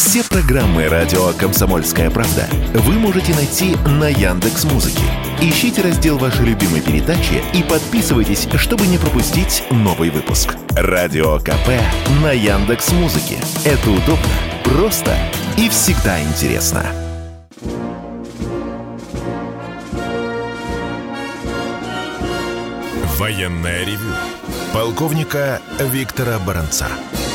Все программы радио «Комсомольская правда» вы можете найти на Яндекс.Музыке. Ищите раздел вашей любимой передачи и подписывайтесь, чтобы не пропустить новый выпуск. Радио КП на Яндекс.Музыке. Это удобно, просто и всегда интересно. Военное ревю полковника Виктора Баранца.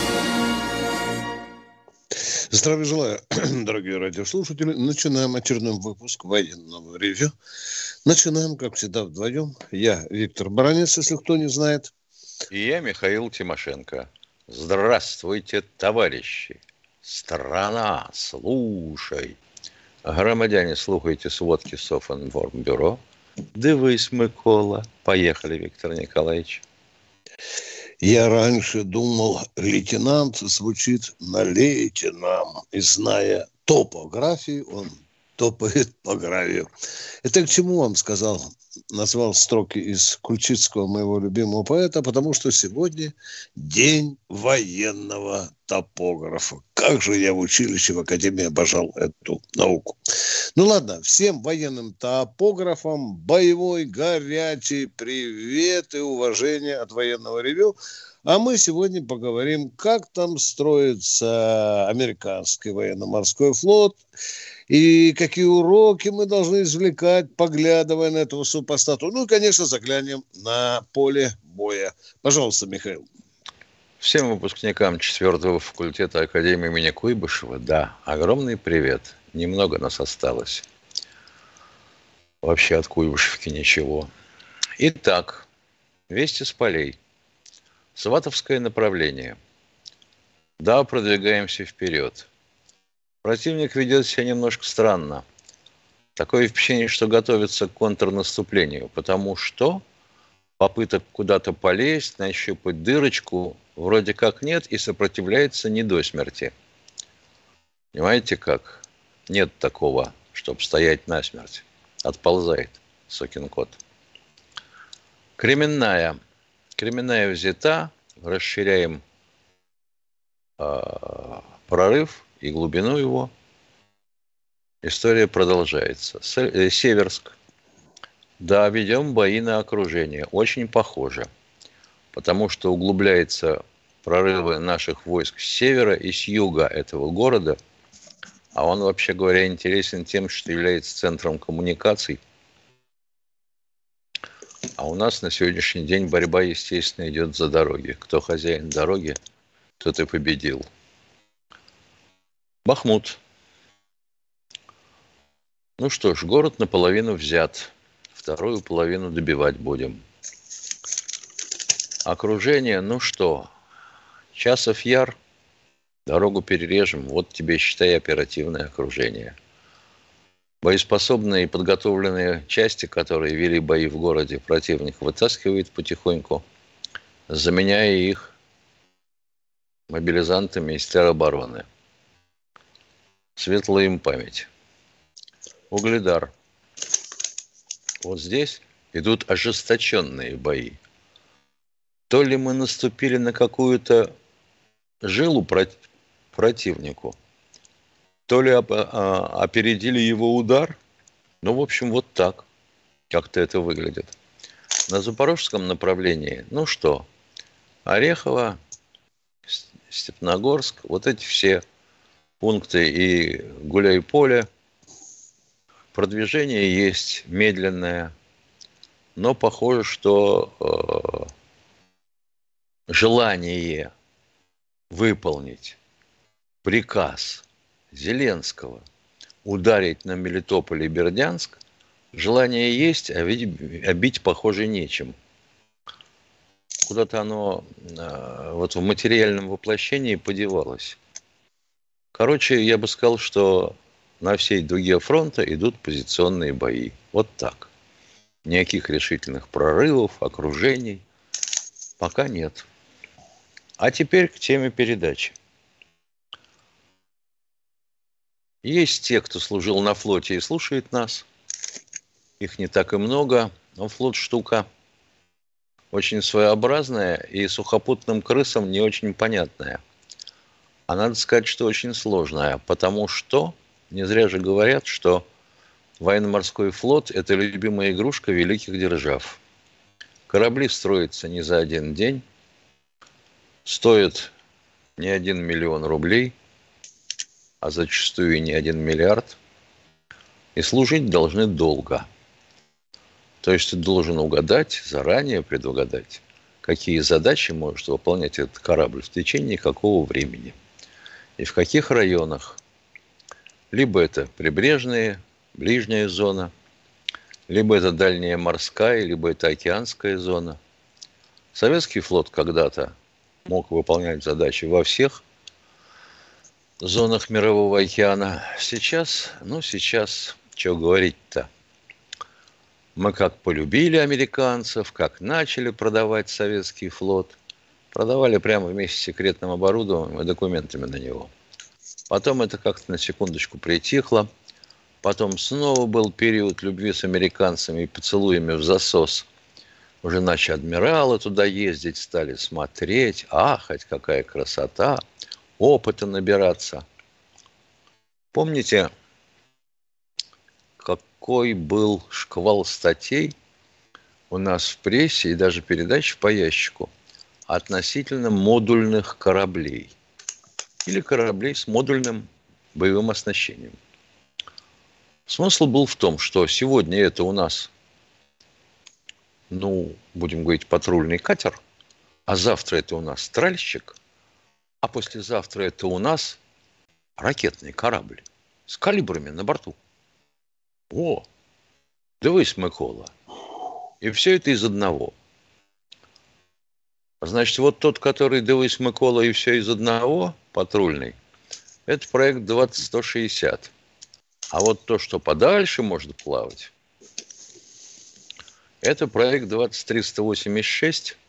Здравия желаю, дорогие радиослушатели. Начинаем очередной выпуск военного ревью. Начинаем, как всегда, вдвоем. Я Виктор Баранец, если кто не знает. И я Михаил Тимошенко. Здравствуйте, товарищи. Страна, слушай. Громадяне, слухайте сводки Софинформбюро. Дивись, Микола. Поехали, Виктор Николаевич. Я раньше думал, лейтенант звучит «налейте нам». И зная топографию, он топает по гравию. Это к чему вам сказал? Назвал строки из Кульчицкого, моего любимого поэта, потому что сегодня день военного топографа. Как же я в училище, в академии обожал эту науку. Ну ладно, всем военным топографам боевой горячий привет и уважение от военного ревью. А мы сегодня поговорим, как там строится американский военно-морской флот и какие уроки мы должны извлекать, поглядывая на этого супостата. Ну и, конечно, заглянем на поле боя. Пожалуйста, Михаил. Всем выпускникам 4-го факультета Академии имени Куйбышева, да, огромный привет. Немного нас осталось. Вообще от Куйбышевки ничего. Итак, вести с полей. Сватовское направление. Да, продвигаемся вперед. Противник ведет себя немножко странно. Такое впечатление, что готовится к контрнаступлению, потому что попыток куда-то полезть, нащупать дырочку, вроде как нет, и сопротивляется не до смерти. Понимаете как? Нет такого, чтобы стоять насмерть. Отползает сукин кот. Кременная. Кременная взята. Расширяем прорыв и глубину его. История продолжается. Северск. Да, ведем бои на окружение. Очень похоже. Потому что углубляются прорывы наших войск с севера и с юга этого города. А он, вообще говоря, интересен тем, что является центром коммуникаций. А у нас на сегодняшний день борьба, естественно, идет за дороги. Кто хозяин дороги, тот и победил. Бахмут. Ну что ж, город наполовину взят. Вторую половину добивать будем. Окружение, ну что, Часов Яр. Дорогу перережем, вот тебе, считай, оперативное окружение. Боеспособные и подготовленные части, которые вели бои в городе, противник вытаскивает потихоньку, заменяя их мобилизантами из теробороны. Светлая им память. Угледар. Вот здесь идут ожесточенные бои. То ли мы наступили на какую-то жилу противнику, то ли опередили его удар. Ну, в общем, вот так как-то это выглядит. На запорожском направлении, ну что, Орехово, Степногорск, вот эти все пункты и Гуляй-Поле. Продвижение есть медленное, но похоже, что желание выполнить приказ Зеленского ударить на Мелитополь и Бердянск, желание есть, а бить, похоже, нечем. Куда-то оно вот в материальном воплощении подевалось. Короче, я бы сказал, что на всей дуге фронта идут позиционные бои. Вот так. Никаких решительных прорывов, окружений пока нет. А теперь к теме передачи. Есть те, кто служил на флоте и слушает нас. Их не так и много, но флот штука очень своеобразная и сухопутным крысам не очень понятная. А надо сказать, что очень сложная, потому что не зря же говорят, что военно-морской флот – это любимая игрушка великих держав. Корабли строятся не за один день, стоят не 1 миллион рублей, а зачастую и не 1 миллиард, и служить должны долго. То есть ты должен угадать, заранее предугадать, какие задачи может выполнять этот корабль в течение какого времени и в каких районах. Либо это прибрежная, ближняя зона, либо это дальняя морская, либо это океанская зона. Советский флот когда-то мог выполнять задачи во всех зонах Мирового океана. Сейчас, что говорить-то? Мы как полюбили американцев, как начали продавать советский флот. Продавали прямо вместе с секретным оборудованием и документами на него. Потом это как-то на секундочку притихло. Потом снова был период любви с американцами и поцелуями в засос. Уже наши адмиралы туда ездить стали, смотреть, ахать, какая красота, опыта набираться. Помните, какой был шквал статей у нас в прессе и даже передач по ящику относительно модульных кораблей или кораблей с модульным боевым оснащением. Смысл был в том, что сегодня это у нас, будем говорить, патрульный катер, а завтра это у нас тральщик, а послезавтра это у нас ракетный корабль с калибрами на борту. О, дивись, Микола. И все это из одного. Значит, вот тот, который дивись, Микола, и все из одного, патрульный, это проект 20160. А вот то, что подальше может плавать, это проект 20386.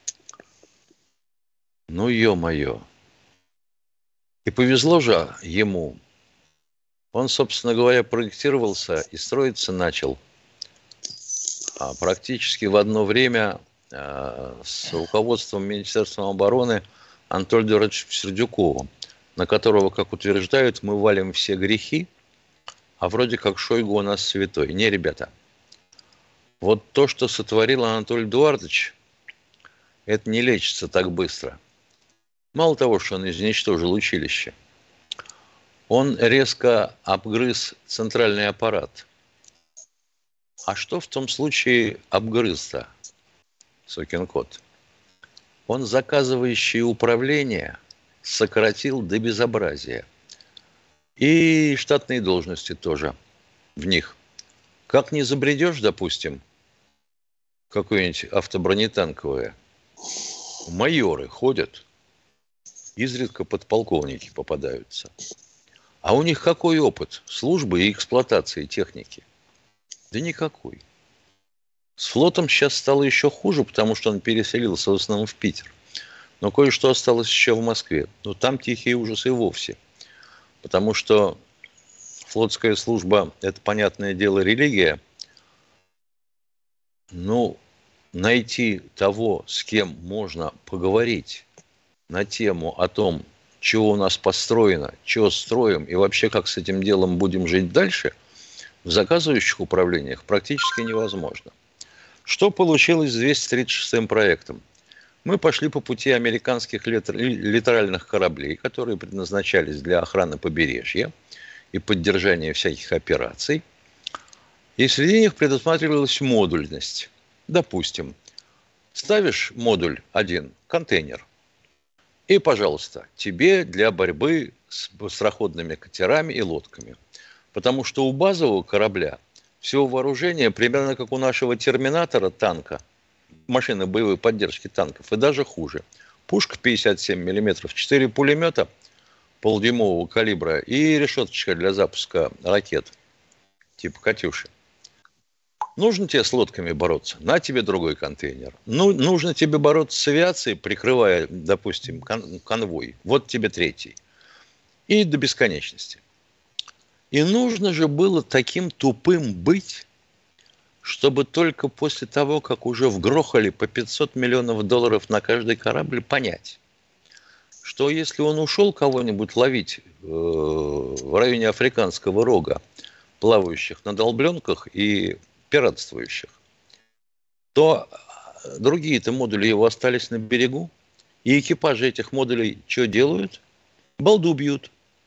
Ну, ё-моё. И повезло же ему. Он, собственно говоря, проектировался и строиться начал практически в одно время с руководством Министерства обороны Анатолием Эдуардовичем Сердюковым, на которого, как утверждают, мы валим все грехи, а вроде как Шойгу у нас святой. Не, ребята. Вот то, что сотворил Анатолий Эдуардович, это не лечится так быстро. Мало того, что он изничтожил училище, он резко обгрыз центральный аппарат. А что в том случае обгрыз-то, сукин кот? Он заказывающее управление сократил до безобразия. И штатные должности тоже в них. Как не забредешь, допустим, какое-нибудь автобронетанковое, майоры ходят, изредка подполковники попадаются. А у них какой опыт службы и эксплуатации техники? Да никакой. С флотом сейчас стало еще хуже, потому что он переселился в основном в Питер. Но кое-что осталось еще в Москве. Но там тихий ужас и вовсе. Потому что флотская служба – это, понятное дело, религия. Но найти того, с кем можно поговорить на тему о том, чего у нас построено, чего строим и вообще как с этим делом будем жить дальше, в заказывающих управлениях практически невозможно. Что получилось с 236-м проектом? Мы пошли по пути американских литеральных кораблей, которые предназначались для охраны побережья и поддержания всяких операций. И среди них предусматривалась модульность. Допустим, ставишь модуль 1, контейнер, и, пожалуйста, тебе для борьбы с быстроходными катерами и лодками. Потому что у базового корабля всего вооружения примерно как у нашего терминатора танка, машины боевой поддержки танков, и даже хуже. Пушка 57 мм, 4 пулемета полдюймового калибра и решеточка для запуска ракет типа «Катюши». Нужно тебе с лодками бороться? На тебе другой контейнер. Нужно тебе бороться с авиацией, прикрывая, допустим, конвой. Вот тебе третий. И до бесконечности. И нужно же было таким тупым быть, чтобы только после того, как уже вгрохали по $500 миллионов на каждый корабль, понять, что если он ушел кого-нибудь ловить в районе Африканского рога, плавающих на долбленках и пиратствующих, то другие-то модули его остались на берегу, и экипажи этих модулей что делают? Балду бьют.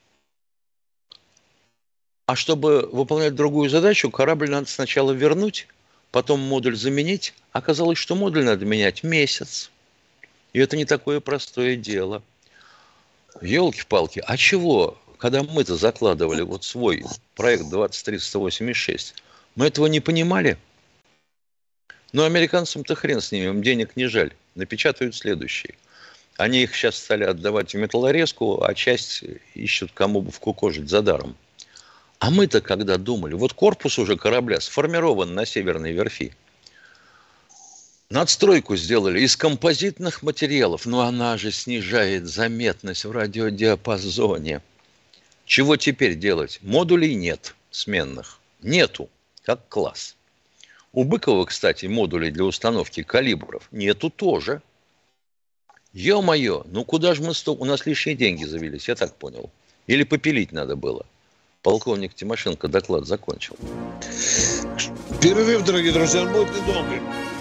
А чтобы выполнять другую задачу, корабль надо сначала вернуть, потом модуль заменить. Оказалось, что модуль надо менять месяц. И это не такое простое дело. Ёлки-палки, а чего, когда мы-то закладывали вот свой проект 20386, мы этого не понимали? Но американцам-то хрен с ними, им денег не жаль. Напечатают следующие. Они их сейчас стали отдавать в металлорезку, а часть ищут, кому бы вкукожить за даром. А мы-то когда думали, вот корпус уже корабля сформирован на Северной верфи. Надстройку сделали из композитных материалов, но она же снижает заметность в радиодиапазоне. Чего теперь делать? Модулей нет сменных. Нету, как класс. У Быкова, кстати, модулей для установки калибров нету тоже. Ё-моё, ну куда же мы у нас лишние деньги завелись, я так понял. Или попилить надо было. Полковник Тимошенко доклад закончил. Перерыв, дорогие друзья, он будет недолгий.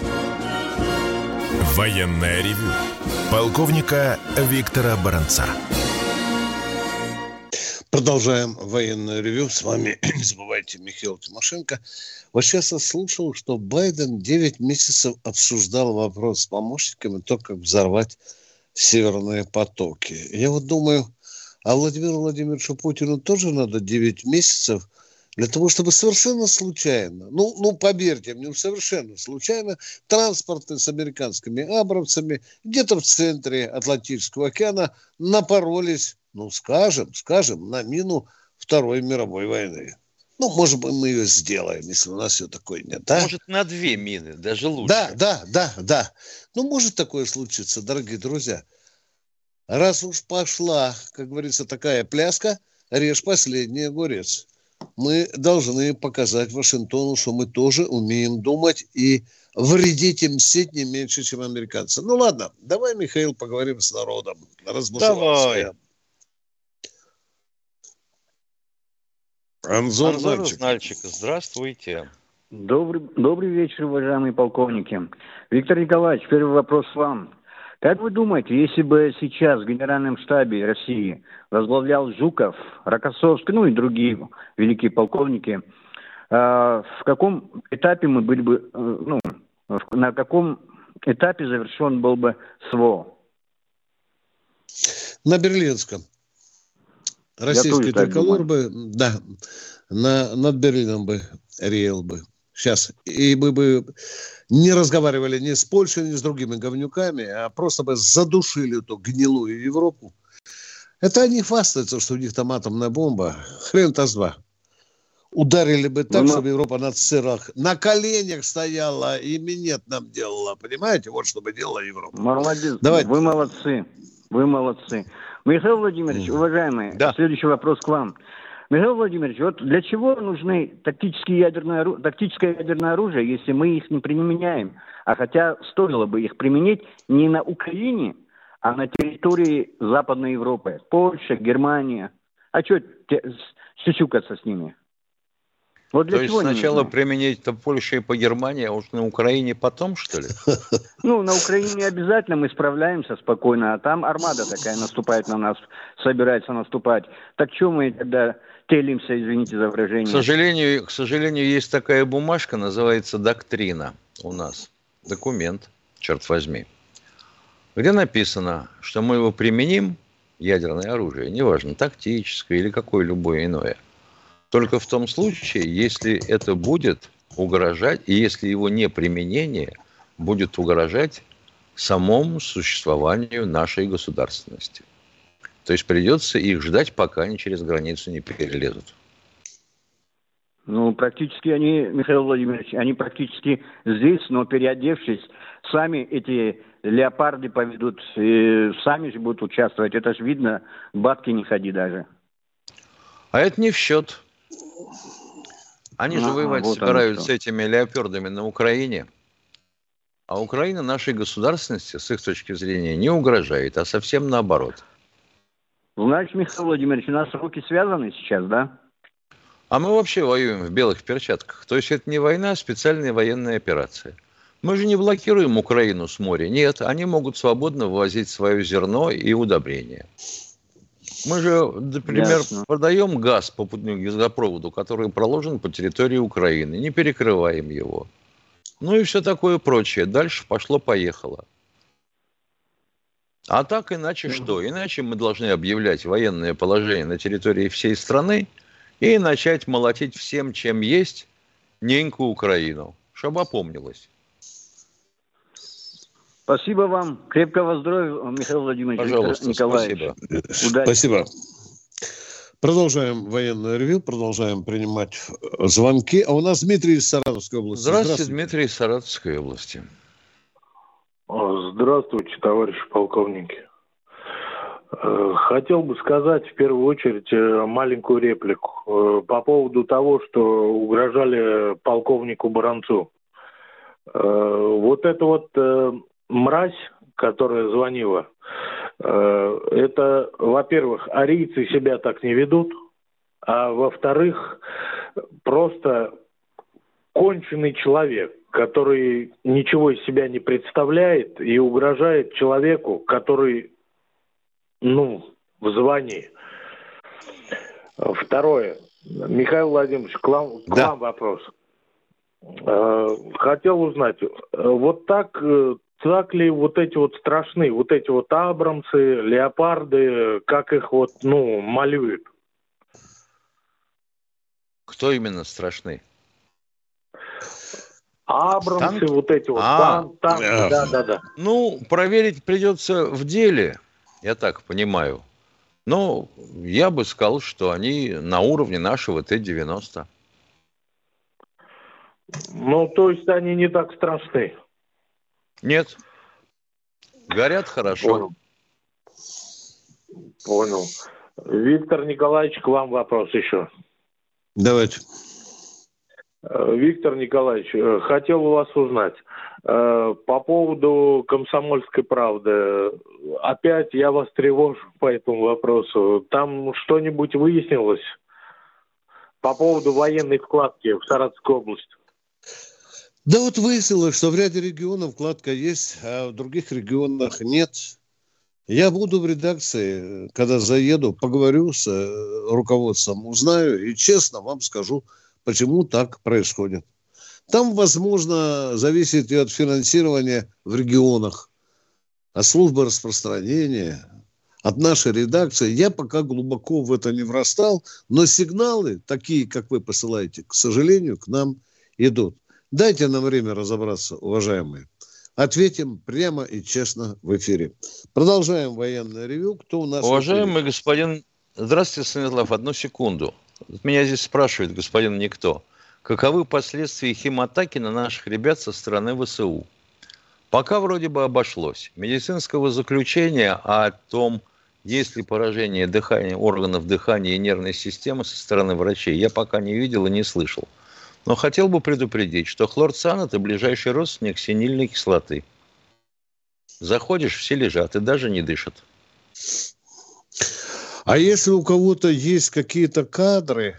Военное ревю полковника Виктора Баранца. Продолжаем военное ревю. С вами, не забывайте, Михаил Тимошенко. Вот сейчас я слушал, что Байден 9 месяцев обсуждал вопрос с помощниками, то, как взорвать северные потоки. Я вот думаю, а Владимиру Владимировичу Путину тоже надо 9 месяцев для того, чтобы совершенно случайно, поверьте мне, совершенно случайно, транспорты с американскими абрамсами где-то в центре Атлантического океана напоролись, скажем, на мину Второй мировой войны. Может быть, мы ее сделаем, если у нас все такое нет. Да? Может, на 2 мины, даже лучше. Да. Может такое случиться, дорогие друзья. Раз уж пошла, как говорится, такая пляска, режь последний огурец. Мы должны показать Вашингтону, что мы тоже умеем думать и вредить и мстить не меньше, чем американцы. Ладно, давай, Михаил, поговорим с народом. Давай. Анзор Нальчик, здравствуйте. Добрый вечер, уважаемые полковники. Виктор Николаевич, первый вопрос вам. Как вы думаете, если бы сейчас в Генеральном штабе России возглавлял Жуков, Рокоссовский, и другие великие полковники, в каком этапе мы были бы, на каком этапе завершен был бы СВО? На Берлинском. Российский триколор бы, над Берлином бы реял бы. Сейчас. И мы бы не разговаривали ни с Польшей, ни с другими говнюками, а просто бы задушили эту гнилую Европу. Это они хвастаются, что у них там атомная бомба. Хрен-то с два. Ударили бы так, чтобы Европа на коленях стояла и минет нам делала. Понимаете? Вот что бы делала Европа. Молодец. Давайте. Вы молодцы. Михаил Владимирович, уважаемый, Следующий вопрос к вам. Михаил Владимирович, вот для чего нужны тактическое ядерное оружие, если мы их не применяем? А хотя стоило бы их применить не на Украине, а на территории Западной Европы. Польша, Германия. А что сюсюкаться с ними? Вот для То есть сначала применить-то Польше и по Германии, а уж на Украине потом, что ли? На Украине обязательно мы справляемся спокойно, а там армада такая наступает на нас, собирается наступать. Так что мы тогда телимся, извините за выражение? К сожалению, есть такая бумажка, называется доктрина у нас. Документ, черт возьми. Где написано, что мы его применим, ядерное оружие, неважно, тактическое или какое любое иное, только в том случае, если это будет угрожать, и если его неприменение будет угрожать самому существованию нашей государственности. То есть придется их ждать, пока они через границу не перелезут. Практически они, Михаил Владимирович, они практически здесь, но переодевшись, сами эти леопарды поведут, и сами же будут участвовать. Это же видно, бабки не ходи даже. А это не в счет. Они же воевать собираются с этими леопардами на Украине. А Украина нашей государственности, с их точки зрения, не угрожает, а совсем наоборот. Значит, Михаил Владимирович, у нас руки связаны сейчас, да? А мы вообще воюем в белых перчатках. То есть это не война, а специальная военная операция. Мы же не блокируем Украину с моря. Нет, они могут свободно вывозить свое зерно и удобрения. Мы же, например, продаем газ по газопроводу, который проложен по территории Украины. Не перекрываем его. Ну и все такое прочее. Дальше пошло-поехало. А так иначе что? Иначе мы должны объявлять военное положение на территории всей страны и начать молотить всем, чем есть, неньку Украину, чтобы опомнилась. Спасибо вам. Крепкого здоровья, Михаил Владимирович. Пожалуйста, Николаевич. Спасибо. Спасибо. Продолжаем военное ревью, продолжаем принимать звонки. А у нас Дмитрий из Саратовской области. Здравствуйте, Дмитрий из Саратовской области. Здравствуйте, товарищи полковники. Хотел бы сказать в первую очередь маленькую реплику по поводу того, что угрожали полковнику Баранцу. Вот эта вот мразь, которая звонила, это, во-первых, арийцы себя так не ведут, а во-вторых, просто конченый человек, который ничего из себя не представляет и угрожает человеку, который, в звании. Второе. Михаил Владимирович, к вам вопрос. Хотел узнать, вот так ли вот эти вот страшные, вот эти вот абрамсы, леопарды, как их малюют? Кто именно страшный? Абрамсы, танк? Вот эти вот танки, да. Проверить придется в деле, я так понимаю. Но я бы сказал, что они на уровне нашего Т-90. То есть они не так страшны? Нет. Горят хорошо. Понял. Виктор Николаевич, к вам вопрос еще. Давайте. Виктор Николаевич, хотел у вас узнать по поводу «Комсомольской правды». Опять я вас тревожу по этому вопросу. Там что-нибудь выяснилось по поводу военной вкладки в Саратовской области? Да вот выяснилось, что в ряде регионов вкладка есть, а в других регионах нет. Я буду в редакции, когда заеду, поговорю с руководством, узнаю и честно вам скажу, почему так происходит. Там, возможно, зависит и от финансирования в регионах, от службы распространения, от нашей редакции. Я пока глубоко в это не врастал, но сигналы, такие, как вы посылаете, к сожалению, к нам идут. Дайте нам время разобраться, уважаемые. Ответим прямо и честно в эфире. Продолжаем военное ревью. Кто у нас? Уважаемый господин... Здравствуйте, Станислав, одну секунду. Меня здесь спрашивает господин Никто. Каковы последствия химатаки на наших ребят со стороны ВСУ? Пока вроде бы обошлось. Медицинского заключения о том, есть ли поражение дыхания, органов дыхания и нервной системы со стороны врачей, я пока не видел и не слышал. Но хотел бы предупредить, что хлорциан – это ближайший родственник синильной кислоты. Заходишь, все лежат и даже не дышат. А если у кого-то есть какие-то кадры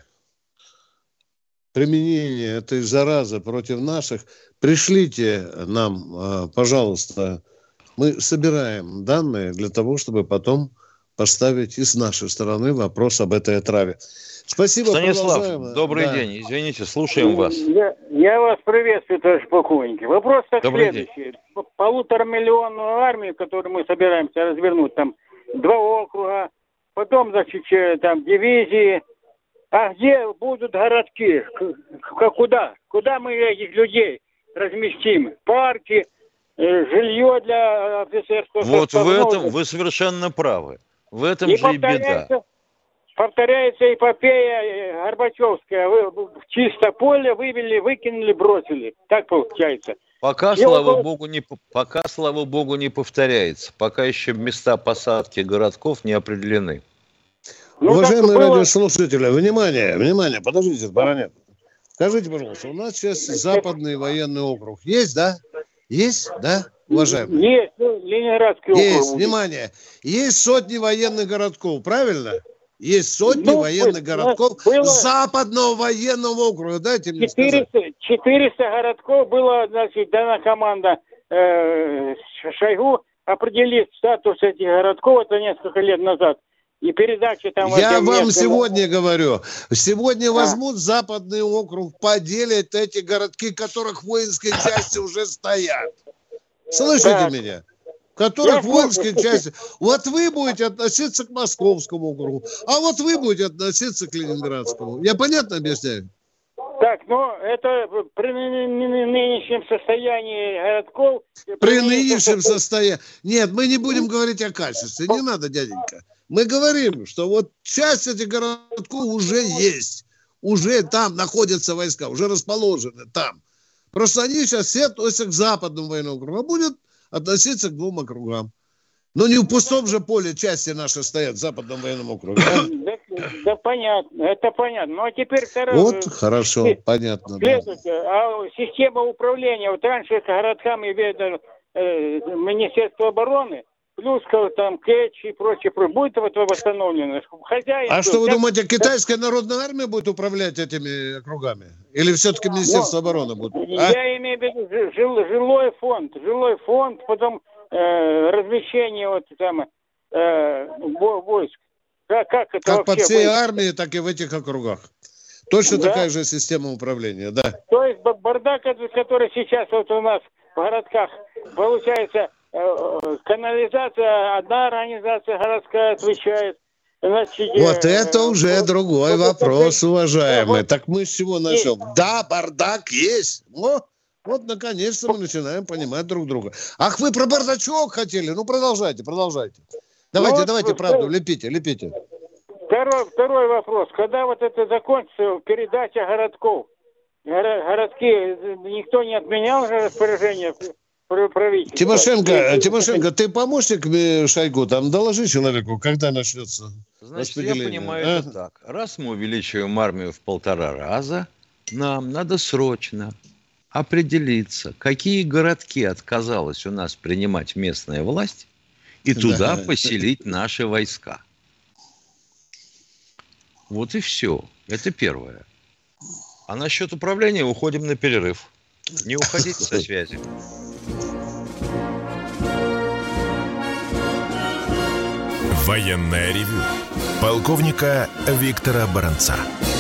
применения этой заразы против наших, пришлите нам, пожалуйста. Мы собираем данные для того, чтобы потом поставить и с нашей стороны вопрос об этой отраве. Спасибо. Станислав, добрый день. Извините, слушаем вас. Я вас приветствую, товарищ полковник. Вопрос так следующий. 1,5-миллионную армию, которую мы собираемся развернуть, там 2 округа, потом, значит, там дивизии. А где будут городки? Куда? Куда мы этих людей разместим? Парки, жилье для офицерского состава. Вот в этом вы совершенно правы. В этом же и беда. Повторяется эпопея Горбачевская. Вы в чисто поле вывели, выкинули, бросили. Так получается. Пока, слава богу, не повторяется. Пока еще места посадки городков не определены. Уважаемые радиослушатели, внимание, подождите, Баранец. Скажите, пожалуйста, у нас сейчас западный военный округ. Есть, да? Есть, да? уважаемые? Есть, Ленинградский округ. Есть, внимание. Есть сотни военных городков, правильно? Есть сотни военных городков Западного военного округа. Дайте мне сказать. 400 городков было, значит, дана команда Шойгу определить статус этих городков, это несколько лет назад. И передачи там... Я вам сегодня говорю. Сегодня возьмут Западный округ, поделят эти городки, в которых воинские части уже стоят. Слышите меня? В которых воинские части... Вот вы будете относиться к Московскому округу, а вот вы будете относиться к Ленинградскому. Я понятно объясняю? Так, но это при нынешнем состоянии городков... При нынешнем состоянии... Нет, мы не будем говорить о качестве. Не надо, дяденька. Мы говорим, что вот часть этих городков уже есть. Уже там находятся войска, уже расположены там. Просто они сейчас все относятся к Западному военному округу, а будет относиться к двум округам. Но не в пустом же поле части наши стоят в Западном военном округе. Да, понятно, это понятно. Ну, а теперь второй... Вот, хорошо, понятно. А система управления, вот раньше городками ведало Министерство обороны, плюс там Кэч и прочее, будет вот восстановлено. Хозяин... А что вы думаете, Китайская народная армия будет управлять этими округами? Или все-таки Министерство обороны будет? Я имею в виду жилой фонд, потом размещение вот там войск. Как это как по всей армии, так и в этих округах. Точно такая же система управления, да. То есть бардак, который сейчас вот у нас в городках, получается, канализация, одна организация городская отвечает. Значит, вот это уже другой вопрос, уважаемый. Так мы с чего начнем? Да, бардак есть. Вот наконец-то мы начинаем понимать друг друга. Ах, вы про бардачок хотели? Ну, продолжайте. Давайте правду, лепите. Второй вопрос. Когда вот это закончится, передача городков, городки, никто не отменял распоряжение правительства? Тимошенко, ты помощник Шойгу? Там доложи человеку, когда начнется. Значит, я понимаю это так. Раз мы увеличиваем армию в 1,5 раза, нам надо срочно определиться, какие городки отказалась у нас принимать местная власть, и туда поселить наши войска. Вот и все. Это первое. А насчет управления уходим на перерыв. Не уходите со связи. Военное ревю полковника Виктора Баранца.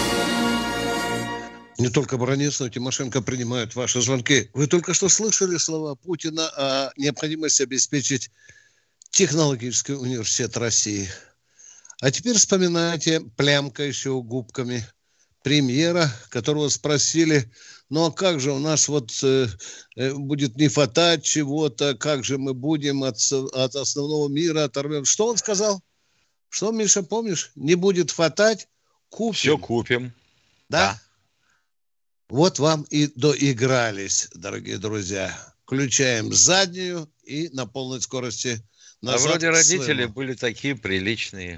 Не только Баранец, но и Тимошенко принимают ваши звонки. Вы только что слышали слова Путина о необходимости обеспечить технологический университет России. А теперь вспоминайте, плямкающего губками премьера, которого спросили, ну а как же у нас вот будет не хватать чего-то, как же мы будем от основного мира оторвем. Что он сказал? Что, Миша, помнишь? Не будет хватать, купим. Все купим. Да? Вот вам и доигрались, дорогие друзья. Включаем заднюю и на полной скорости назад. А вроде родители были такие приличные.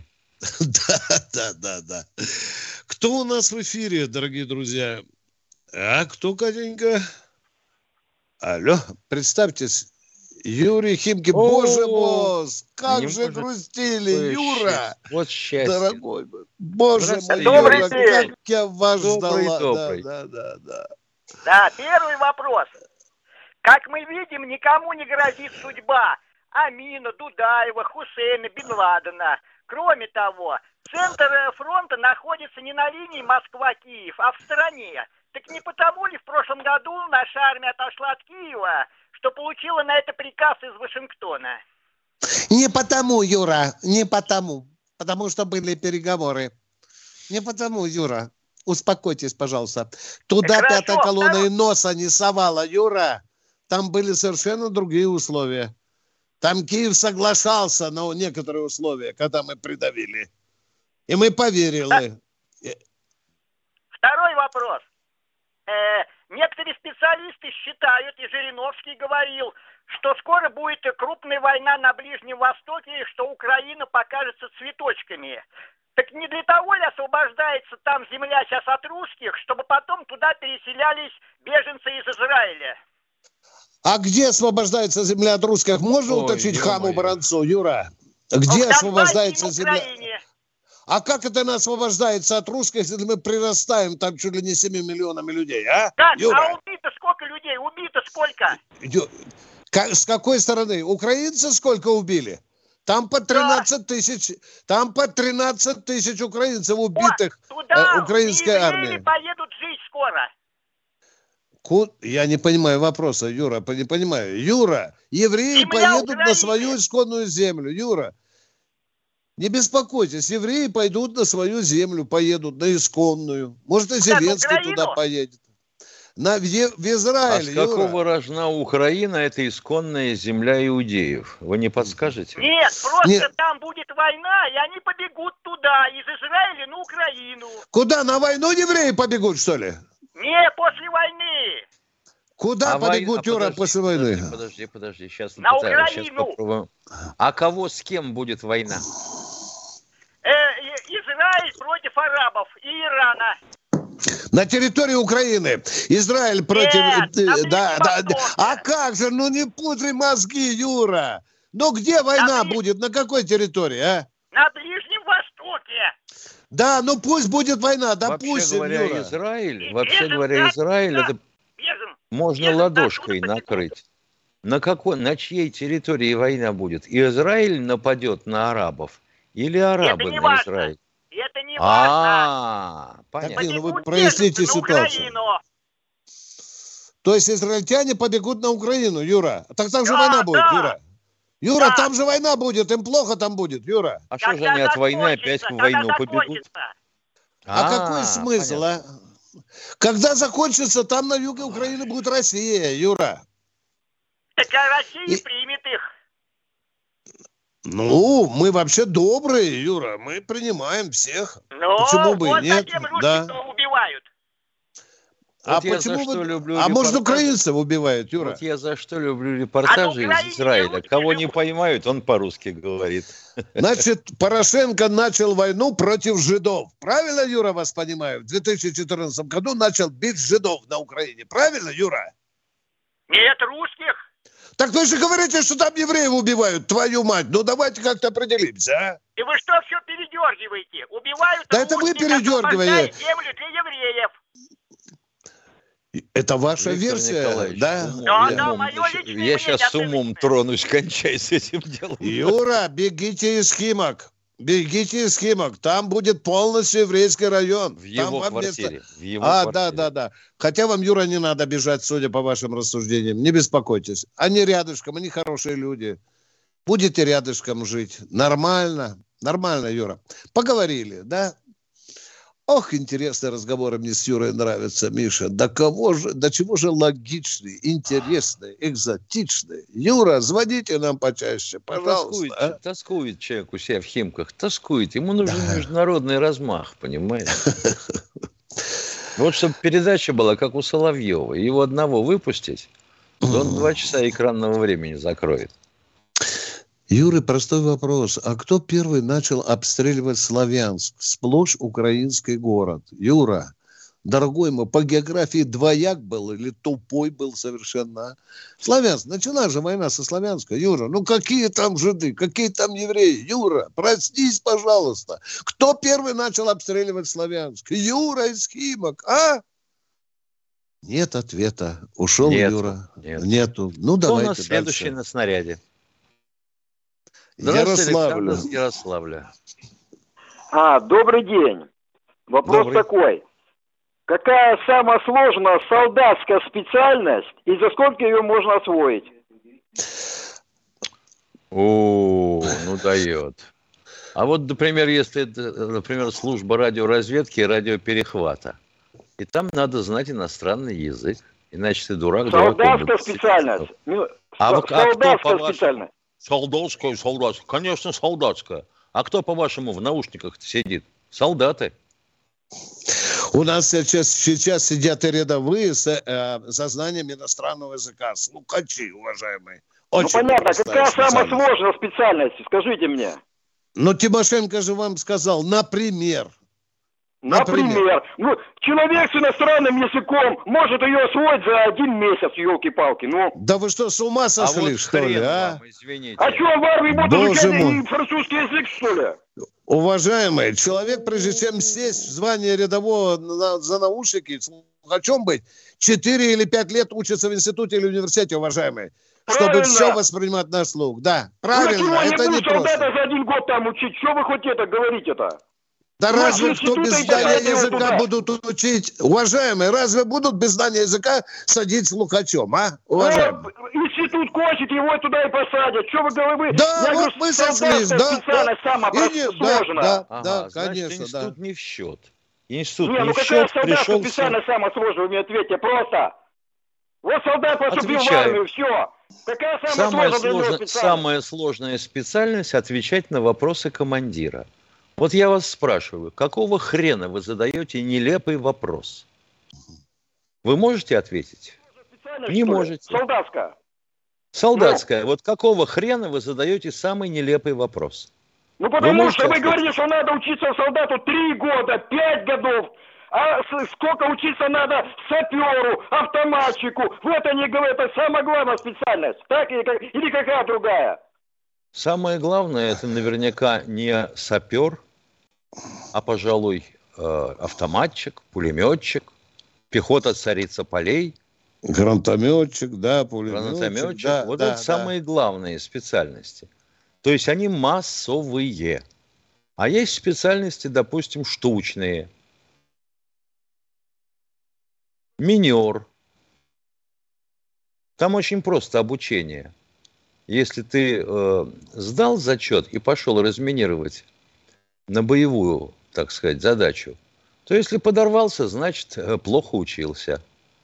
Да. Кто у нас в эфире, дорогие друзья? А кто, Катенька? Алло, представьтесь. Юрий Химки. Боже мой, как же грустили, Юра. Вот счастье. Дорогой мой. Боже мой, Добрый Юра, день. как я вас ждала. Добрый. Да, первый вопрос. Как мы видим, никому не грозит судьба Амина, Дудаева, Хусейна, Бен Ладена. Кроме того, центр фронта находится не на линии Москва-Киев, а в стороне. Так не потому ли в прошлом году наша армия отошла от Киева, что получила на это приказ из Вашингтона? Не потому, Юра, не потому. Потому что были переговоры. Не потому, Юра. Успокойтесь, пожалуйста. Туда пятая колонна и носа не совала, Юра. Там были совершенно другие условия. Там Киев соглашался на некоторые условия, когда мы придавили. И мы поверили. Второй вопрос. Некоторые специалисты считают, и Жириновский говорил, что скоро будет крупная война на Ближнем Востоке, что Украина покажется цветочками. Так не для того ли освобождается там земля сейчас от русских, чтобы потом туда переселялись беженцы из Израиля? А где освобождается земля от русских? Можно уточнить хаму Баранцу, Юра? Где освобождается земля? А как это она освобождается от русских, если мы прирастаем там чуть ли не 7 миллионами людей, а? Так, Юра? а убито сколько людей? Убито сколько? С какой стороны? Украинцы сколько убили? Там по 13 тысяч, украинцев убитых украинской армией. Поедут жить скоро. Я не понимаю вопроса, Юра, не понимаю. Юра, евреи поедут на свою исконную землю, Юра. Не беспокойтесь, евреи пойдут на свою землю, поедут на исконную. Может, и Зеленский туда поедет. В Израиле, А с какого рожна Украина – это исконная земля иудеев? Вы не подскажете? Нет, просто там будет война, и они побегут туда, из Израиля на Украину. Куда, на войну евреи побегут, что ли? Не, после войны. Куда побегут, Юра, после войны? Подожди. Сейчас на Украину. Попробуем. А кого с кем будет война? Израиль против арабов и Ирана. На территории Украины. Израиль против... Нет, да. А как же? Ну не пудри мозги, Юра. Ну где война будет? На какой территории, а? На Ближнем Востоке. Да, ну пусть будет война, допустим, Юра. Вообще говоря, Израиль, это можно ладошкой накрыть. На чьей территории война будет? Израиль нападет на арабов или арабы на Израиль? Это не важно. Понятно. Ну вы проясните ситуацию. То есть израильтяне побегут на Украину, Юра. Так там же война будет, Юра. Юра, там же война будет, им плохо там будет, Юра. А что же они от войны опять в войну побегут? А какой смысл, понятно. Когда закончится, там на юге Украины будет Россия, Юра. Так Россия примет их. Ну, мы вообще добрые, Юра, мы принимаем всех. Почему бы и нет? Да. Убивают. А почему может, украинцев убивают, Юра? Вот я за что люблю репортажи из Израиля. Кого не поймают, он по-русски говорит. Значит, Порошенко начал войну против жидов. Правильно, Юра, вас понимаю? В 2014 году начал бить жидов на Украине. Правильно, Юра? Нет, русских. Так вы же говорите, что там евреев убивают, твою мать. Ну давайте как-то определимся, а? И вы что все передергиваете? Убивают да это вы передергиваете. Землю для евреев. Это ваша версия, да? Да, мое личное я сейчас с умом тронусь, кончай с этим делом. Юра, бегите из Химок. Там будет полностью еврейский район. В его квартире. Да. Хотя вам, Юра, не надо бежать, судя по вашим рассуждениям. Не беспокойтесь. Они рядышком, они хорошие люди. Будете рядышком жить. Нормально, Юра. Поговорили, да? Ох, интересные разговоры мне с Юрой нравятся, Миша. До чего же логичные, интересные, экзотичные. Юра, звоните нам почаще, пожалуйста. Тоскует человек у себя в Химках, тоскует. Ему нужен международный размах, понимаете? Вот чтобы передача была, как у Соловьева. Его одного выпустить, то он 2 часа экранного времени закроет. Юрий, простой вопрос. А кто первый начал обстреливать Славянск? Сплошь украинский город. Юра, дорогой мой, по географии двояк был или тупой был совершенно? Славянск. Начала же война со Славянска. Юра, ну какие там жиды, какие там евреи? Юра, проснись, пожалуйста. Кто первый начал обстреливать Славянск? Юра из Химок, а? Нет ответа. Ушел Юра. Нету. Ну, давайте у нас следующий дальше. На снаряде? Ярославля. Добрый день. Вопрос такой. Какая самая сложная солдатская специальность и за сколько ее можно освоить? Ну дает. А вот, например, если это, служба радиоразведки и радиоперехвата, и там надо знать иностранный язык, иначе ты дурак. Солдатская специальность. Солдатская специальность. Солдатская, конечно, солдатская. А кто, по-вашему, в наушниках сидит? Солдаты. У нас сейчас сидят и рядовые со знанием иностранного языка. Слухачи, уважаемые. Очень понятно. Какая самая сложная специальность? Скажите мне. Но Тимошенко же вам сказал, например. Например. Ну, человек с иностранным языком может ее освоить за 1 месяц, елки-палки. Ну. Да вы что, с ума сошли, вот что ли, а? Вам, извините. А что, в армии будут изучать французский язык, что ли? Уважаемый, человек, прежде чем сесть в звание рядового за наушники, слухачом быть, 4 или 5 лет учится в институте или университете, уважаемый. Чтобы все воспринимать на слух. Да, правильно, это не просто. Солдата за 1 год там учить. Что вы хоть это говорите-то? Да разве кто без знания языка будут учить? Уважаемые, разве будут без знания языка садить слухачом, а? Уважаемые. Институт кончит, его туда и посадят. Что вы говорите? Да, вот мы сошлись, да. Да, конечно, институт не в счет. Институт не в счет. Пришел специально самосложно, вы мне ответьте просто. Вот солдат поступил в армию, все. Какая самая сложная специальность — отвечать на вопросы командира. Вот я вас спрашиваю, какого хрена вы задаете нелепый вопрос? Вы можете ответить? Не можете. Солдатская. Вот какого хрена вы задаете самый нелепый вопрос? Ну потому что вы говорите, что надо учиться солдату 3 года, 5 годов. А сколько учиться надо саперу, автоматчику? Вы это не говорите, это самая главная специальность. Так или какая другая? Самое главное, это наверняка не сапер, а, пожалуй, автоматчик, пулеметчик, пехота царица полей. Гранатометчик, да, пулеметчик. Гранатометчик. Да, вот это самые главные специальности. То есть они массовые. А есть специальности, допустим, штучные. Минер. Там очень просто обучение. Если ты сдал зачет и пошел разминировать на боевую, так сказать, задачу, то если подорвался, значит, плохо учился.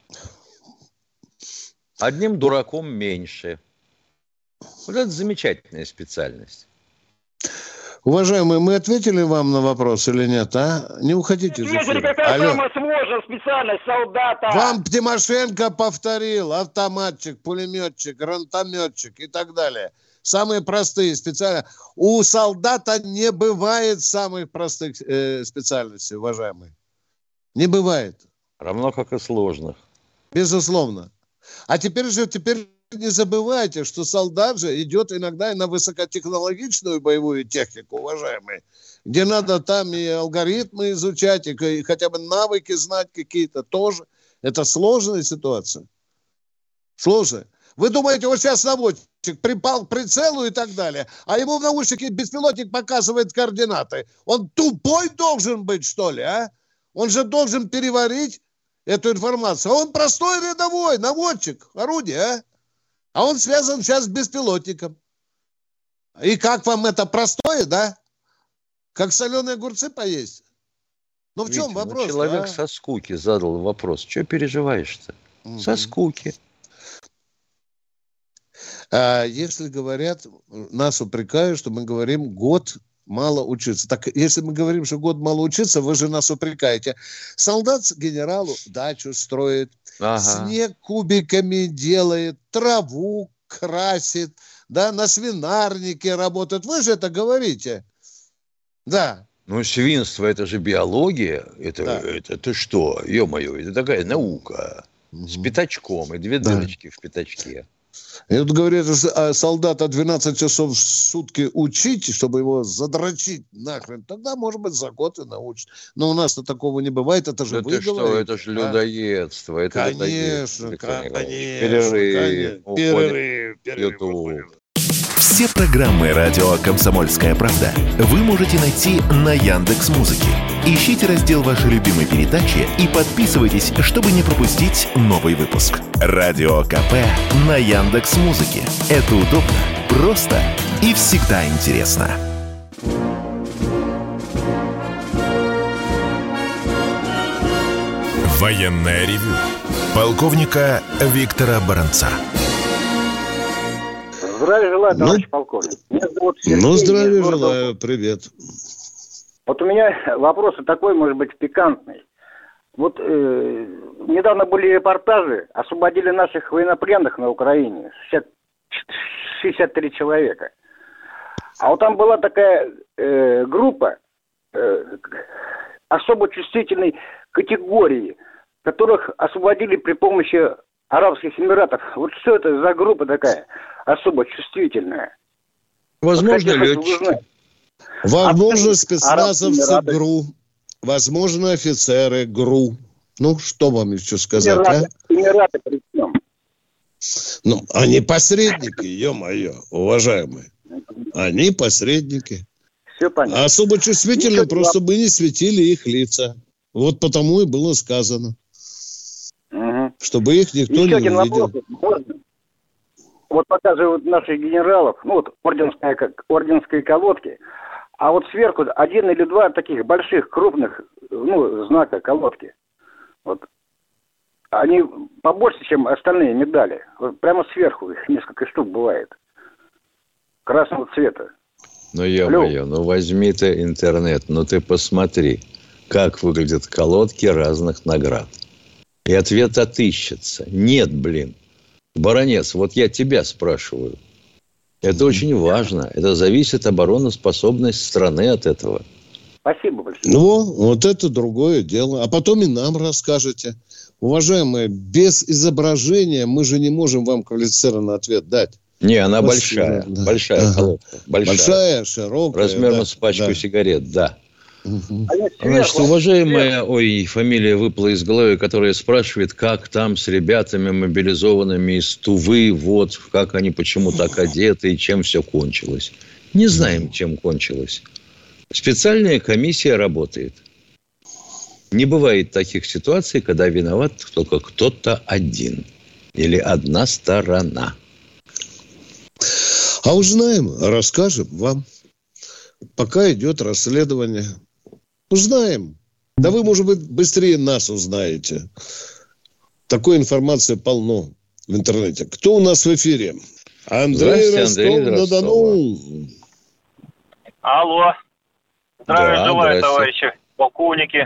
Одним дураком меньше. Вот это замечательная специальность. Уважаемые, мы ответили вам на вопрос или нет, а? Не уходите из эфира. Какая самая сложная специальность солдата? Вам Тимошенко повторил: автоматчик, пулеметчик, гранатометчик и так далее. Самые простые специальности. У солдата не бывает самых простых специальностей, уважаемые. Не бывает. Равно как и сложных. Безусловно. А теперь не забывайте, что солдат же идет иногда и на высокотехнологичную боевую технику, уважаемые, где надо там и алгоритмы изучать, и хотя бы навыки знать какие-то тоже. Это сложная ситуация. Сложная. Вы думаете, вот сейчас наводчик припал к прицелу и так далее, а ему в наушнике беспилотник показывает координаты. Он тупой должен быть, что ли, а? Он же должен переварить эту информацию. А он простой рядовой наводчик, орудие, а? А он связан сейчас с беспилотником. И как вам это простое, да? Как соленые огурцы поесть? Ну в чем вопрос? Человек со скуки задал вопрос. Что переживаешь-то? Со скуки. Если говорят, нас упрекают, что мы говорим год мало учиться. Так если мы говорим, что год мало учиться, вы же нас упрекаете. Солдат генералу дачу строит, снег кубиками делает, траву красит, да, на свинарнике работает. Вы же это говорите. Да. Ну, свинство — это же биология. Это что? Ё-моё, это такая наука. С пятачком и 2 дырочки в пятачке. И вот говорят, что солдата 12 часов в сутки учить, чтобы его задрочить нахрен, тогда, может быть, за год и научат. Но у нас-то такого не бывает, это же вы говорите. Это же людоедство. Это конечно. Перерыв. Все программы «Радио Комсомольская правда» вы можете найти на Яндекс.Музыке. Ищите раздел вашей любимой передачи и подписывайтесь, чтобы не пропустить новый выпуск. Радио КП на Яндекс.Музыке. Это удобно, просто и всегда интересно. Военное ревю полковника Виктора Баранца. Здравия желаю, товарищ полковник. Здравия желаю, привет. Вот у меня вопрос такой, может быть, пикантный. Вот недавно были репортажи, освободили наших военнопленных на Украине, 63 человека. А вот там была такая группа особо чувствительной категории, которых освободили при помощи Арабских Эмиратов. Вот что это за группа такая особо чувствительная? Возможно, летчики. Возможно, спецназовцы ГРУ. Возможно, офицеры ГРУ. Ну, что вам еще сказать, Эмираты при чем? Ну, они посредники, ё-моё, уважаемые. Они посредники. Все понятно. А особо чувствительно просто бы не светили их лица. Вот потому и было сказано. Угу. Чтобы их никто еще не увидел. Можно? Вот показывают наших генералов, ну вот орденской колодки, а вот сверху один или два таких больших, крупных, ну, знака колодки. Вот. Они побольше, чем остальные медали. Вот прямо сверху их несколько штук бывает. Красного цвета. Ну, ё-моё, ну возьми ты интернет, ну ты посмотри, как выглядят колодки разных наград. И ответ отыщется. Нет, блин. Баронец, вот я тебя спрашиваю. Это очень важно. Это зависит обороноспособность страны от этого. Спасибо большое. Ну, вот это другое дело. А потом и нам расскажете. Уважаемые, без изображения мы же не можем вам квалифицированный ответ дать. Не, она большая. Да. Большая колодка. Большая, широкая. Размером с пачку сигарет, да. Угу. Значит, уважаемая, фамилия выпала из головы, которая спрашивает, как там с ребятами мобилизованными из Тувы, вот, как они, почему так одеты и чем все кончилось. Не знаем, чем кончилось. Специальная комиссия работает. Не бывает таких ситуаций, когда виноват только кто-то один или одна сторона. А узнаем, расскажем вам. Пока идет расследование. Узнаем. Да вы, может быть, быстрее нас узнаете. Такой информации полно в интернете. Кто у нас в эфире? Андрей Ростов-на-Дону. Алло. Здравия желаю, товарищи полковники.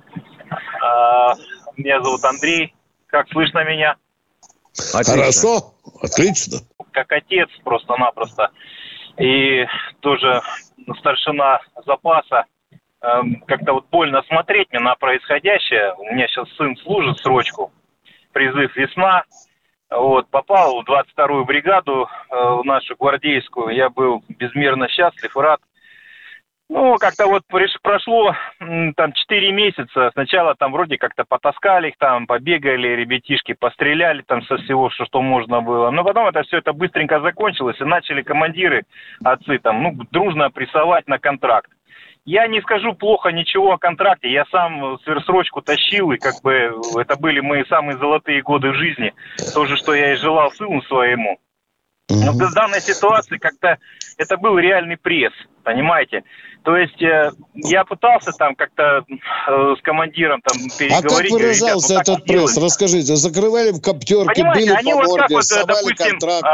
Меня зовут Андрей. Как слышно меня? Отлично. Хорошо. Отлично. Как отец просто-напросто. И тоже старшина запаса. Как-то вот больно смотреть мне на происходящее. У меня сейчас сын служит срочку. Призыв «Весна». Вот, попал в 22-ю бригаду, в нашу гвардейскую. Я был безмерно счастлив и рад. Ну, как-то вот прошло там 4 месяца. Сначала там вроде как-то потаскали их, там побегали, ребятишки постреляли там со всего, что можно было. Но потом это быстренько закончилось, и начали командиры, отцы там, дружно прессовать на контракт. Я не скажу плохо ничего о контракте. Я сам сверхсрочку тащил, и как бы это были мои самые золотые годы в жизни. То же, что я и желал сыну своему. Но в данной ситуации как-то это был реальный пресс, понимаете? То есть я пытался там как-то с командиром там переговорить. А как выражался этот пресс? Расскажите, закрывали в коптерке, били по морде, совали контракт,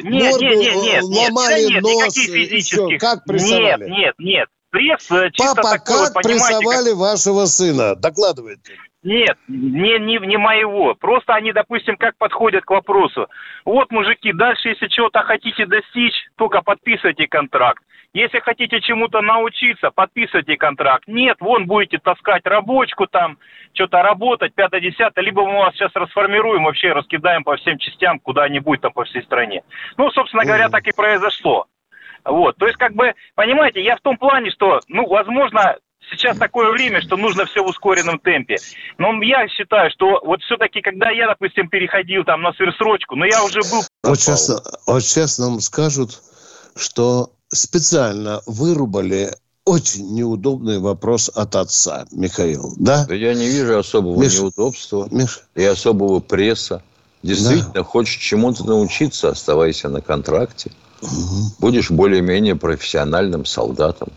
ломали нос, еще. Как прессовали? Нет. Пресс чисто Папа, такой, как прессовали вашего сына? Докладывайте. Нет, не моего. Просто они, допустим, как подходят к вопросу. Вот, мужики, дальше, если чего-то хотите достичь, только подписывайте контракт. Если хотите чему-то научиться, подписывайте контракт. Нет, вон будете таскать рабочку там, что-то работать, 5-10, либо мы вас сейчас расформируем, вообще раскидаем по всем частям куда-нибудь там по всей стране. Ну, собственно говоря, так и произошло. Вот, то есть, как бы, понимаете, я в том плане, что, возможно, сейчас такое время, что нужно все в ускоренном темпе. Но я считаю, что вот все-таки, когда я, допустим, переходил там на сверхсрочку, я уже был... Вот сейчас нам скажут, что специально вырубали очень неудобный вопрос от отца, Михаил, да? Да я не вижу особого неудобства и особого пресса. Действительно, хочешь чему-то научиться, оставайся на контракте. Будешь более-менее профессиональным солдатом.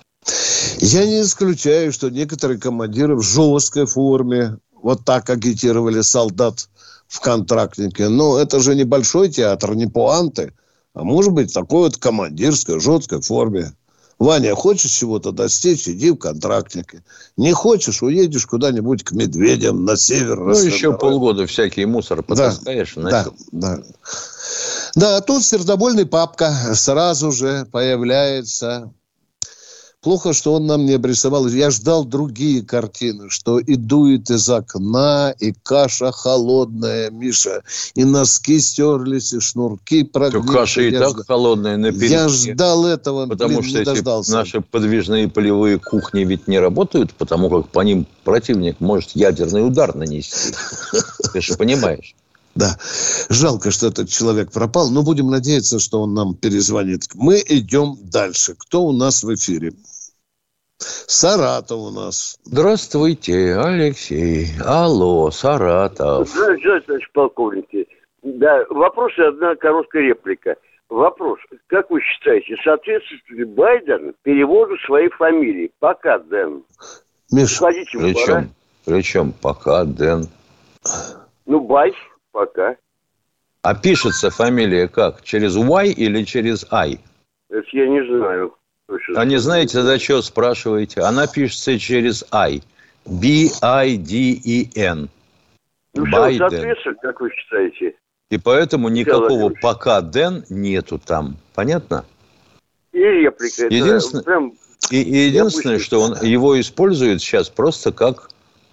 Я не исключаю, что некоторые командиры в жесткой форме вот так агитировали солдат в контрактнике. Но это же не большой театр, не пуанты, а может быть такой вот командирской, жесткой форме. Ваня, хочешь чего-то достичь, иди в контрактнике. Не хочешь, уедешь куда-нибудь к медведям на север. Еще полгода всякий мусор потаскаешь. Да, а тут сердобольный папка сразу же появляется. Плохо, что он нам не обрисовал. Я ждал другие картины, что и дует из окна, и каша холодная, Миша, и носки стерлись, и шнурки прогнили. Каша и так холодная на передке. Я ждал этого, потому что не дождался. Наши подвижные полевые кухни ведь не работают, потому как по ним противник может ядерный удар нанести. Ты же понимаешь. Да, жалко, что этот человек пропал, но будем надеяться, что он нам перезвонит. Мы идем дальше. Кто у нас в эфире? Саратов у нас. Здравствуйте, Алексей. Алло, Саратов. Здравствуйте, товарищ полковник. Да, вопрос и одна короткая реплика. Вопрос. Как вы считаете, соответствует ли Байден переводу своей фамилии? Пока, Дэн. Миша, причем пока, Дэн? Ну, Байс. Пока. А пишется фамилия как? Через Y или через I? Это я не знаю. А не знаете, за что спрашиваете? Она пишется через I. B-I-D-E-N. Ну, что, соответственно, как вы считаете? И поэтому никакого пока Дэн нету там. Понятно? И реплика. Единственное, что он его использует сейчас просто как,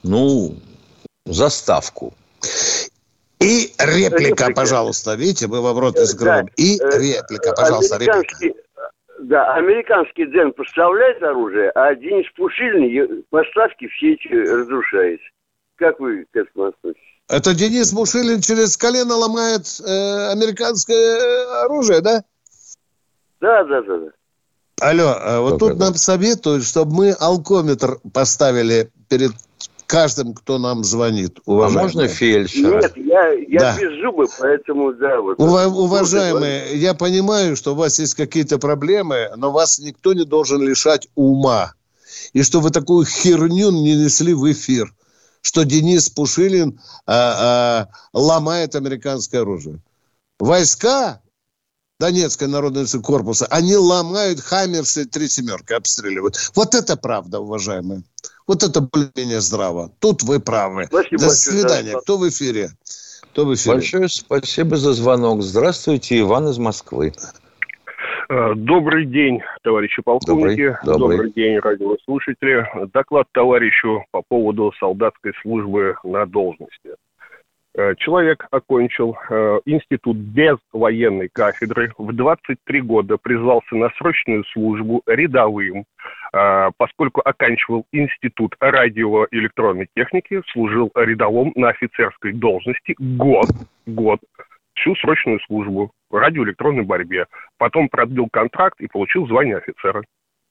заставку. И реплика, пожалуйста. Видите, мы вам рот изгробим. Да, и реплика, пожалуйста, реплика. Да, американский Дэн поставляет оружие, а Денис Пушилин поставки все эти разрушает. Как вы к этому относитесь? Это Денис Пушилин через колено ломает американское оружие, да? Да. Алло, вот тут нам советуют, чтобы мы алкометр поставили перед каждым, кто нам звонит, уважаемые. А можно фельдшера? Нет, я без зуба, поэтому да. Вот. Уважаемые, я понимаю, что у вас есть какие-то проблемы, но вас никто не должен лишать ума. И что вы такую херню не несли в эфир, что Денис Пушилин ломает американское оружие. Войска Донецкой народной корпуса, они ломают хаммерсы 3 семерки, обстреливают. Вот это правда, уважаемые. Вот это более-менее здраво. Тут вы правы. Спасибо. До свидания. Кто в эфире? Большое спасибо за звонок. Здравствуйте, Иван из Москвы. Добрый день, товарищи полковники. Добрый день, радиослушатели. Доклад товарищу по поводу солдатской службы на должности. Человек окончил институт без военной кафедры, в 23 года призвался на срочную службу рядовым, поскольку оканчивал институт радиоэлектронной техники, служил рядовым на офицерской должности год, всю срочную службу в радиоэлектронной борьбе. Потом продлил контракт и получил звание офицера.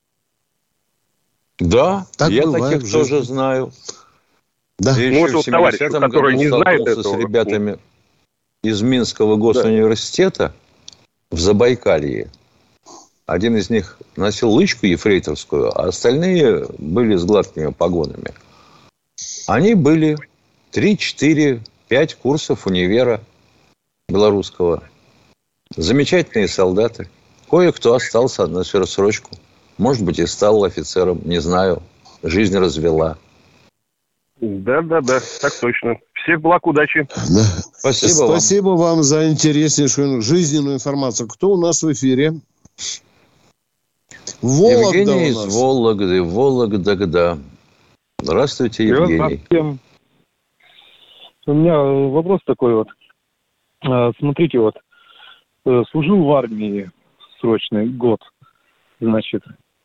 Да, так я таких тоже знаю. Да. Я еще в 70-м году столкнулся с ребятами из Минского госуниверситета в Забайкалье. Один из них носил лычку ефрейторскую, а остальные были с гладкими погонами. Они были 3, 4, 5 курсов универа белорусского. Замечательные солдаты. Кое-кто остался на сверхсрочку. Может быть, и стал офицером, не знаю. Жизнь развела. Да, так точно. Всех благ, удачи. Да. Спасибо вам за интереснейшую жизненную информацию. Кто у нас в эфире? Вологда Евгений из Вологда. Здравствуйте, Евгений. У меня вопрос такой вот. Смотрите, служил в армии срочный год. Значит,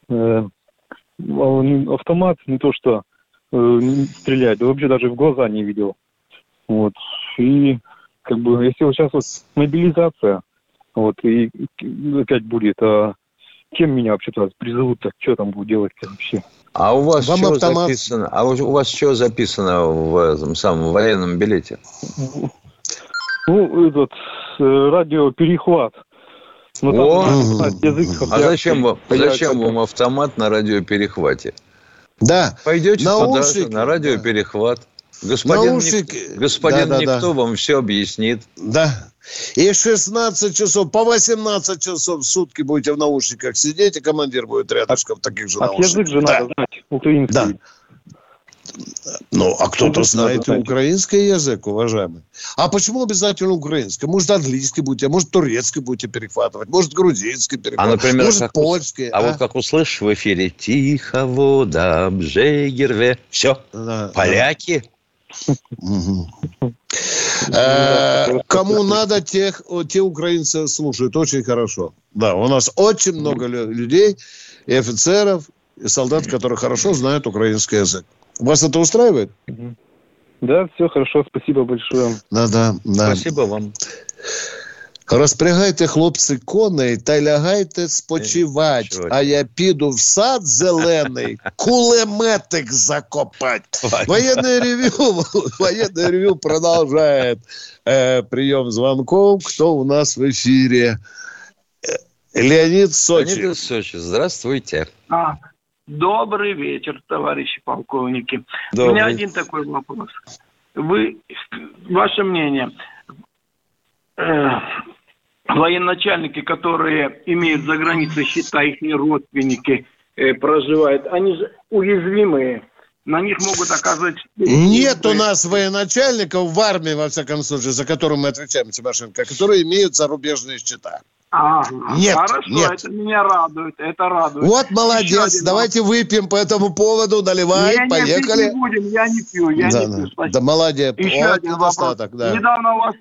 автомат не то что стрелять, да вообще даже в глаза не видел. Вот. И если сейчас мобилизация, и опять будет, кем меня вообще-то призовут-то, что там буду делать-то вообще? А у вас что записано? У вас что записано в этом самом военном билете? Радиоперехват. Зачем вам автомат на радиоперехвате? Да. Пойдете туда же, на радиоперехват. Господин никто вам все объяснит. Да. И 16 часов, по 18 часов в сутки будете в наушниках сидеть, и командир будет рядышком в таких же наушниках. Язык же надо знать, украинский. Да. Ну, а кто-то знает и украинский язык, уважаемый. А почему обязательно украинский? Может, английский будете, может, турецкий будете перехватывать, может, грузинский перехватывать, например, может, польский. Вот как услышишь в эфире «Тихо вода бжегерве», все, да, поляки. Кому надо, те украинцы слушают очень хорошо. Да, у нас очень много людей, и офицеров, и солдат, которые хорошо знают украинский язык. Вас это устраивает? Да, все хорошо, спасибо большое. Да. Спасибо вам. Розпрягайте, хлопці, коней та лягайте спочивать, а я піду в сад зелений кулеметик закопать. Военное ревью продолжает прием звонков. Кто у нас в эфире? Леонид Сочи. Леонид Сочи, здравствуйте. Добрый вечер, товарищи полковники. Добрый. У меня один такой вопрос. Ваше мнение, военачальники, которые имеют за границей счета, их родственники проживают, они же уязвимые, на них могут оказывать... Нет у нас военачальников в армии, во всяком случае, за которым мы отвечаем, Тимошенко, которые имеют зарубежные счета. Нет, хорошо, нет. Это меня радует, это радует. Вот молодец, давайте выпьем по этому поводу, наливай, поехали. Не будем, я не пью, не пью. Да, молодец. Еще вот один вопрос. Да. Недавно у вас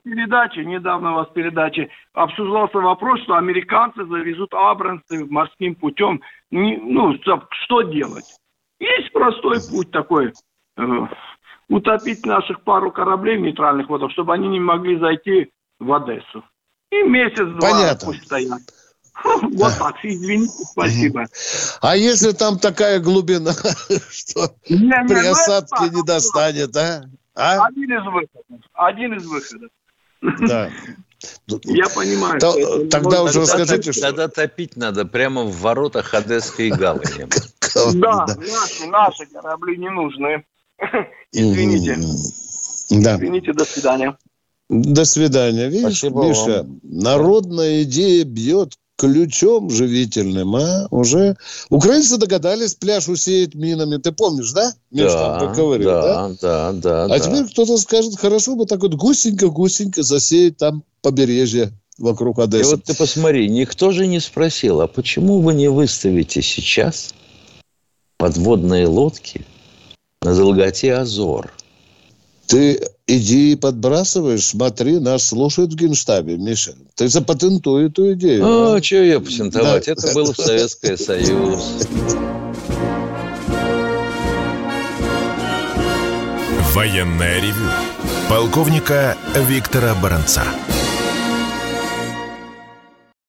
в передаче обсуждался вопрос, что американцы завезут абрамсы морским путем. Что делать? Есть простой путь такой, утопить наших пару кораблей в нейтральных водах, чтобы они не могли зайти в Одессу. И месяц-два пусть стоят. Вот так, извините, спасибо. А если там такая глубина, что при осадке не достанет, а? Один из выходов. Да. Я понимаю. Тогда уже расскажите, что... Тогда топить надо прямо в воротах Одесской гавани. Да, наши корабли не нужны. Извините. Извините, до свидания. До свидания. Видишь, спасибо, Миша, народная идея бьет ключом живительным, а? Уже украинцы догадались пляж усеять минами. Ты помнишь, да? Да. А теперь кто-то скажет, хорошо бы так вот гусенько засеять там побережье вокруг Одессы. И вот ты посмотри, никто же не спросил, а почему вы не выставите сейчас подводные лодки на долготе Азор? Ты иди подбрасываешь, смотри, нас слушают в Генштабе, Миша. Ты запатентуй эту идею. Что ее патентовать? Да. Это был Советский Союз. Военное ревю полковника Виктора Баранца.